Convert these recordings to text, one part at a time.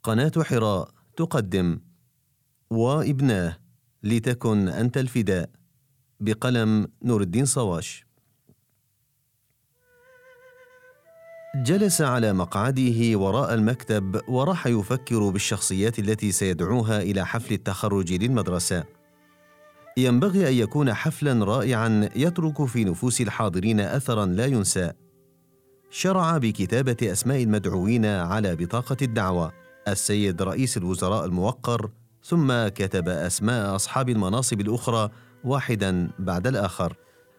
قناة حراء تقدم وابناه لتكن أنت الفداء، بقلم نور الدين صواش. جلس على مقعده وراء المكتب وراح يفكر بالشخصيات التي سيدعوها إلى حفل التخرج للمدرسة. ينبغي أن يكون حفلا رائعا يترك في نفوس الحاضرين أثرا لا ينسى. شرع بكتابة أسماء المدعوين على بطاقة الدعوة: السيد رئيس الوزراء الموقر، ثم كتب أسماء أصحاب المناصب الأخرى واحدا بعد الآخر.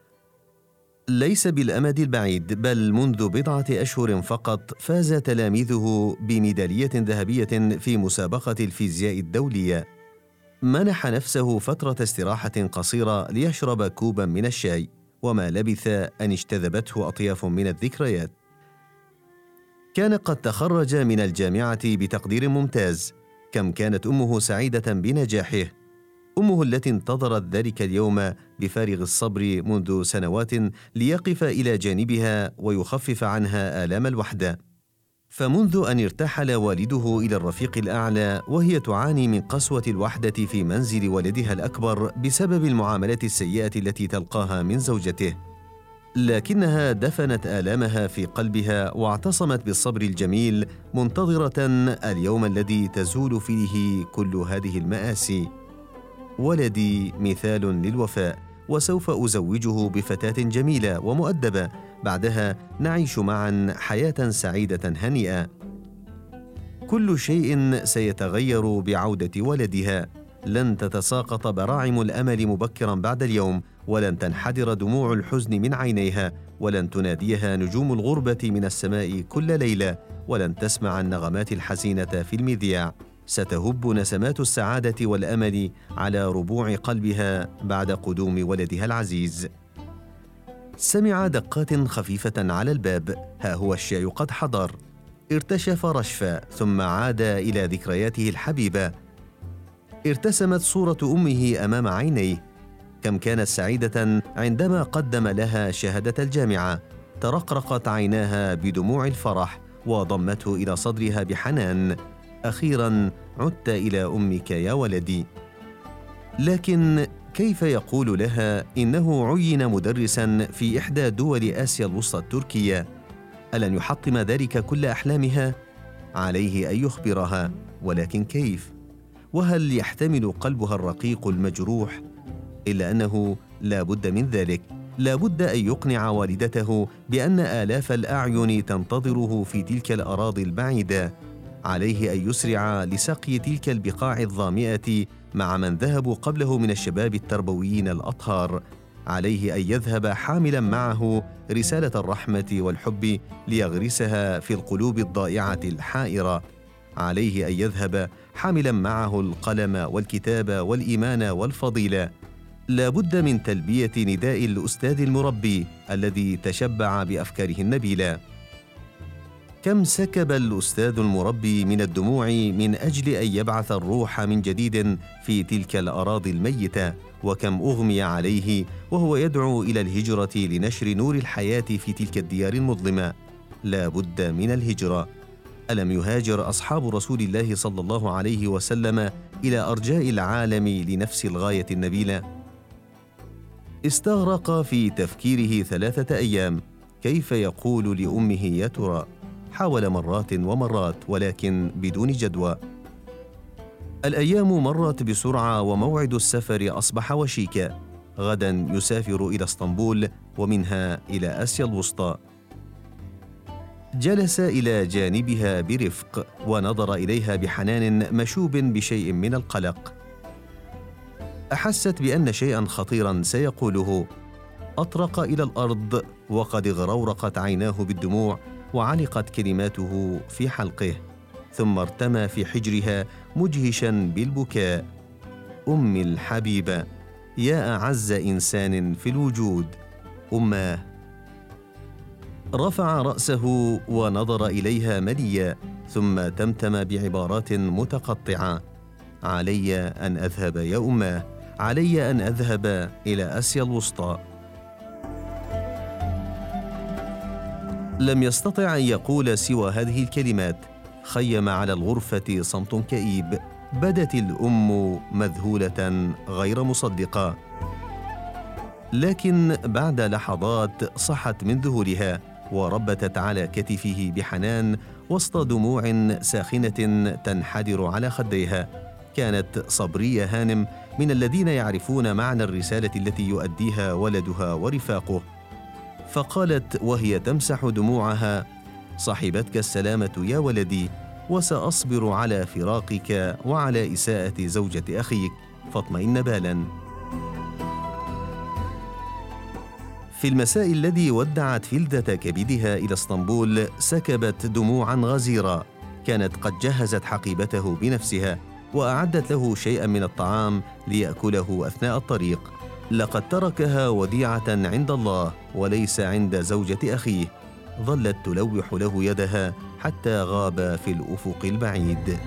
ليس بالأمد البعيد، بل منذ بضعة أشهر فقط فاز تلاميذه بميدالية ذهبية في مسابقة الفيزياء الدولية. منح نفسه فترة استراحة قصيرة ليشرب كوبا من الشاي، وما لبث أن اجتذبته أطياف من الذكريات. كان قد تخرج من الجامعة بتقدير ممتاز. كم كانت أمه سعيدة بنجاحه، أمه التي انتظرت ذلك اليوم بفارغ الصبر منذ سنوات ليقف إلى جانبها ويخفف عنها آلام الوحدة. فمنذ أن ارتحل والده إلى الرفيق الأعلى وهي تعاني من قسوة الوحدة في منزل ولدها الأكبر بسبب المعاملات السيئة التي تلقاها من زوجته، لكنها دفنت آلامها في قلبها واعتصمت بالصبر الجميل، منتظرة اليوم الذي تزول فيه كل هذه المآسي. ولدي مثال للوفاء، وسوف أزوجه بفتاة جميلة ومؤدبة، بعدها نعيش معا حياة سعيدة هنيئة. كل شيء سيتغير بعودة ولدها. لن تتساقط براعم الأمل مبكرا بعد اليوم، ولن تنحدر دموع الحزن من عينيها، ولن تناديها نجوم الغربة من السماء كل ليلة، ولن تسمع النغمات الحزينة في المذياع. ستهب نسمات السعادة والأمل على ربوع قلبها بعد قدوم ولدها العزيز. سمع دقات خفيفة على الباب. ها هو الشاي قد حضر. ارتشف رشفا، ثم عاد إلى ذكرياته الحبيبة. ارتسمت صورة أمه أمام عينيه. كم كانت سعيدة عندما قدم لها شهادة الجامعة. ترقرقت عيناها بدموع الفرح وضمته إلى صدرها بحنان. أخيرا عدت إلى أمك يا ولدي. لكن كيف يقول لها إنه عين مدرسا في إحدى دول آسيا الوسطى التركية؟ ألن يحطم ذلك كل أحلامها؟ عليه أن يخبرها، ولكن كيف؟ وهل يحتمل قلبها الرقيق المجروح؟ إلا أنه لا بد من ذلك. لا بد أن يقنع والدته بأن آلاف الأعين تنتظره في تلك الأراضي البعيدة. عليه أن يسرع لسقي تلك البقاع الظامئة مع من ذهبوا قبله من الشباب التربويين الأطهار. عليه أن يذهب حاملا معه رسالة الرحمة والحب ليغرسها في القلوب الضائعة الحائرة. عليه أن يذهب حاملا معه القلم والكتاب والإيمان والفضيلة. لا بد من تلبية نداء الأستاذ المربي الذي تشبع بأفكاره النبيلة. كم سكب الأستاذ المربي من الدموع من أجل أن يبعث الروح من جديد في تلك الأراضي الميتة، وكم أغمي عليه وهو يدعو إلى الهجرة لنشر نور الحياة في تلك الديار المظلمة. لا بد من الهجرة. ألم يهاجر أصحاب رسول الله صلى الله عليه وسلم إلى أرجاء العالم لنفس الغاية النبيلة؟ استغرق في تفكيره 3 أيام. كيف يقول لأمه يا ترى؟ حاول مرات ومرات، ولكن بدون جدوى. الأيام مرت بسرعة وموعد السفر أصبح وشيكا. غدا يسافر إلى اسطنبول ومنها إلى آسيا الوسطى. جلس إلى جانبها برفق ونظر إليها بحنان مشوب بشيء من القلق. أحست بأن شيئا خطيرا سيقوله. أطرق إلى الأرض وقد غرورقت عيناه بالدموع وعلقت كلماته في حلقه، ثم ارتمى في حجرها مجهشا بالبكاء. أمي الحبيبة، يا أعز إنسان في الوجود، أماه. رفع رأسه ونظر إليها مليا، ثم تمتم بعبارات متقطعة: علي أن أذهب يا أماه، علي أن أذهب إلى آسيا الوسطى. لم يستطع أن يقول سوى هذه الكلمات. خيم على الغرفة صمت كئيب. بدت الأم مذهولة غير مصدقة، لكن بعد لحظات صحت من ذهولها وربتت على كتفه بحنان وسط دموع ساخنة تنحدر على خديها. كانت صبرية هانم من الذين يعرفون معنى الرسالة التي يؤديها ولدها ورفاقه، فقالت وهي تمسح دموعها: صحبتك السلامة يا ولدي، وسأصبر على فراقك وعلى إساءة زوجة أخيك، فاطمئن بالا. في المساء الذي ودعت فلذة كبدها إلى اسطنبول سكبت دموعا غزيرة. كانت قد جهزت حقيبته بنفسها وأعدت له شيئا من الطعام ليأكله أثناء الطريق. لقد تركها وديعة عند الله وليس عند زوجة أخيه. ظلت تلوح له يدها حتى غاب في الأفق البعيد.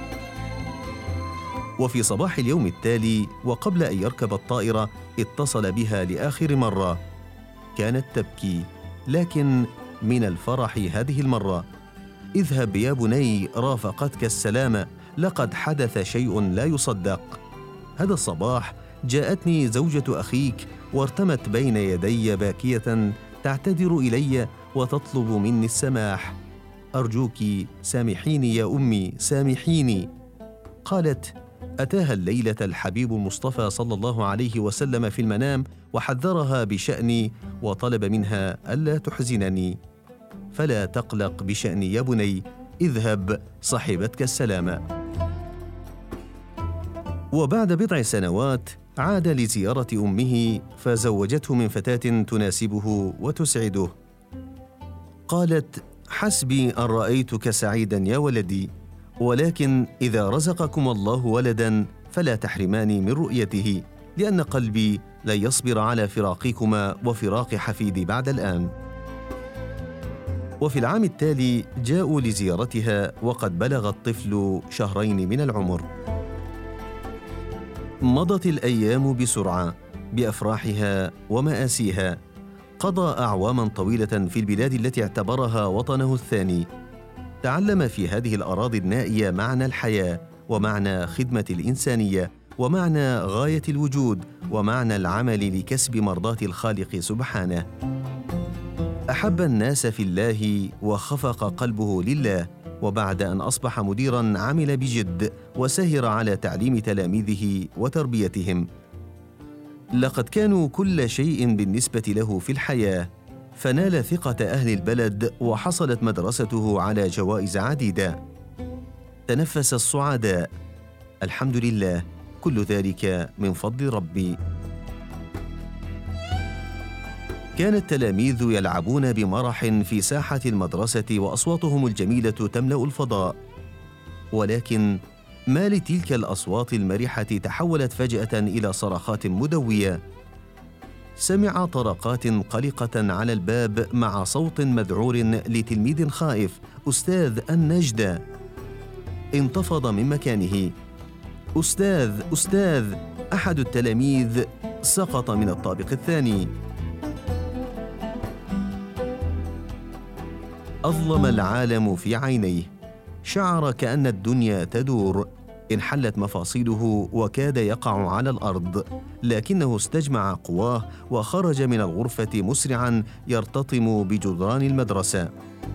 وفي صباح اليوم التالي وقبل أن يركب الطائرة اتصل بها لآخر مرة. كانت تبكي، لكن من الفرح هذه المرة. اذهب يا بني، رافقتك السلامة، لقد حدث شيء لا يصدق. هذا الصباح جاءتني زوجة أخيك وارتمت بين يدي باكية تعتذر إلي وتطلب مني السماح. أرجوك سامحيني يا أمي، سامحيني. قالت: أتاها الليلة الحبيب المصطفى صلى الله عليه وسلم في المنام وحذرها بشأني وطلب منها ألا تحزنني. فلا تقلق بشأني يا بني، اذهب، صحبتك السلامة. وبعد بضع سنوات عاد لزيارة أمه فزوجته من فتاة تناسبه وتسعده. قالت: حسبي أن رأيتك سعيدا يا ولدي، ولكن إذا رزقكم الله ولدا فلا تحرماني من رؤيته، لأن قلبي لن يصبر على فراقكما وفراق حفيدي بعد الآن. وفي العام التالي جاءوا لزيارتها وقد بلغ الطفل 2 شهرين من العمر. مضت الأيام بسرعة بأفراحها ومآسيها. قضى أعواما طويلة في البلاد التي اعتبرها وطنه الثاني. تعلم في هذه الأراضي النائية معنى الحياة ومعنى خدمة الإنسانية ومعنى غاية الوجود ومعنى العمل لكسب مرضاة الخالق سبحانه. أحب الناس في الله وخفق قلبه لله، وبعد أن أصبح مديراً عمل بجد وسهر على تعليم تلاميذه وتربيتهم. لقد كانوا كل شيء بالنسبة له في الحياة، فنال ثقة أهل البلد وحصلت مدرسته على جوائز عديدة. تنفس الصعداء: الحمد لله، كل ذلك من فضل ربي. كان التلاميذ يلعبون بمرح في ساحة المدرسة وأصواتهم الجميلة تملأ الفضاء، ولكن ما لتلك الأصوات المرحة تحولت فجأة إلى صرخات مدوية. سمع طرقات قلقة على الباب مع صوت مذعور لتلميذ خائف: أستاذ النجدة. انتفض من مكانه: أستاذ، أستاذ! أحد التلاميذ سقط من الطابق الثاني. أظلم العالم في عينيه، شعر كأن الدنيا تدور، انحلت مفاصيله وكاد يقع على الأرض، لكنه استجمع قواه وخرج من الغرفة مسرعا يرتطم بجدران المدرسة.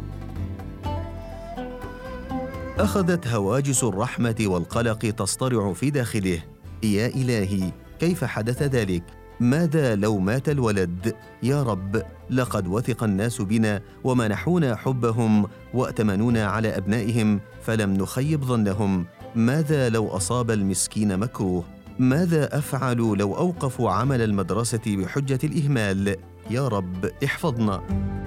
أخذت هواجس الرحمة والقلق تصطرع في داخله. يا إلهي، كيف حدث ذلك؟ ماذا لو مات الولد؟ يا رب، لقد وثق الناس بنا ومنحونا حبهم وأتمنونا على أبنائهم فلم نخيب ظنهم. ماذا لو أصاب المسكين مكروه؟ ماذا أفعل لو أوقفوا عمل المدرسة بحجة الإهمال؟ يا رب احفظنا.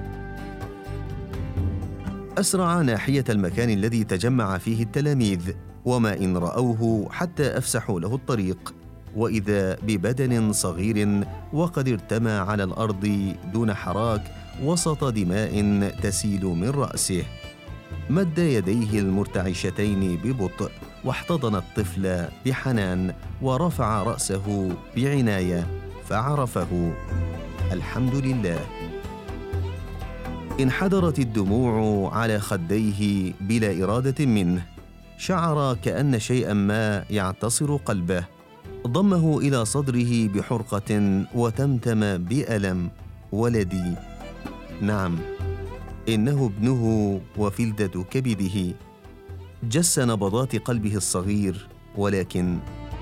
أسرع ناحية المكان الذي تجمع فيه التلاميذ، وما إن رأوه حتى أفسحوا له الطريق، وإذا ببدن صغير وقد ارتمى على الأرض دون حراك وسط دماء تسيل من رأسه. مد يديه المرتعشتين ببطء واحتضن الطفل بحنان ورفع رأسه بعناية فعرفه. الحمد لله. انحدرت الدموع على خديه بلا إرادة منه. شعر كأن شيئا ما يعتصر قلبه. ضمه إلى صدره بحرقة وتمتم بألم: ولدي. نعم، إنه ابنه وفلذة كبده. جس نبضات قلبه الصغير، ولكن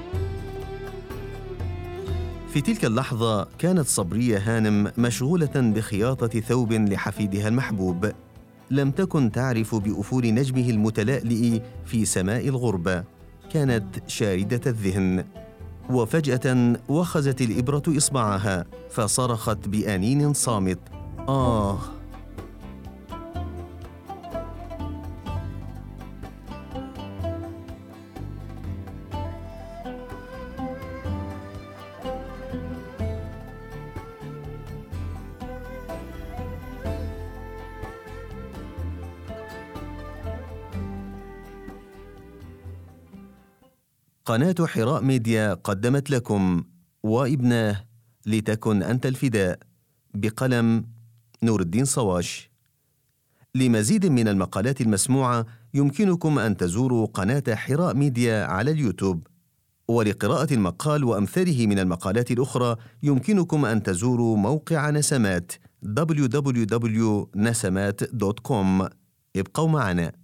في تلك اللحظة كانت صبرية هانم مشغولة بخياطة ثوب لحفيدها المحبوب. لم تكن تعرف بأفول نجمه المتلألئ في سماء الغربة. كانت شاردة الذهن. وفجأة وخزت الإبرة إصبعها، فصرخت بأنين صامت: آه! قناة حراء ميديا قدمت لكم وابناه لتكن أنت الفداء، بقلم نور الدين صواش. لمزيد من المقالات المسموعة يمكنكم أن تزوروا قناة حراء ميديا على اليوتيوب. ولقراءة المقال وأمثاله من المقالات الأخرى يمكنكم أن تزوروا موقع نسمات www.nasamat.com. ابقوا معنا.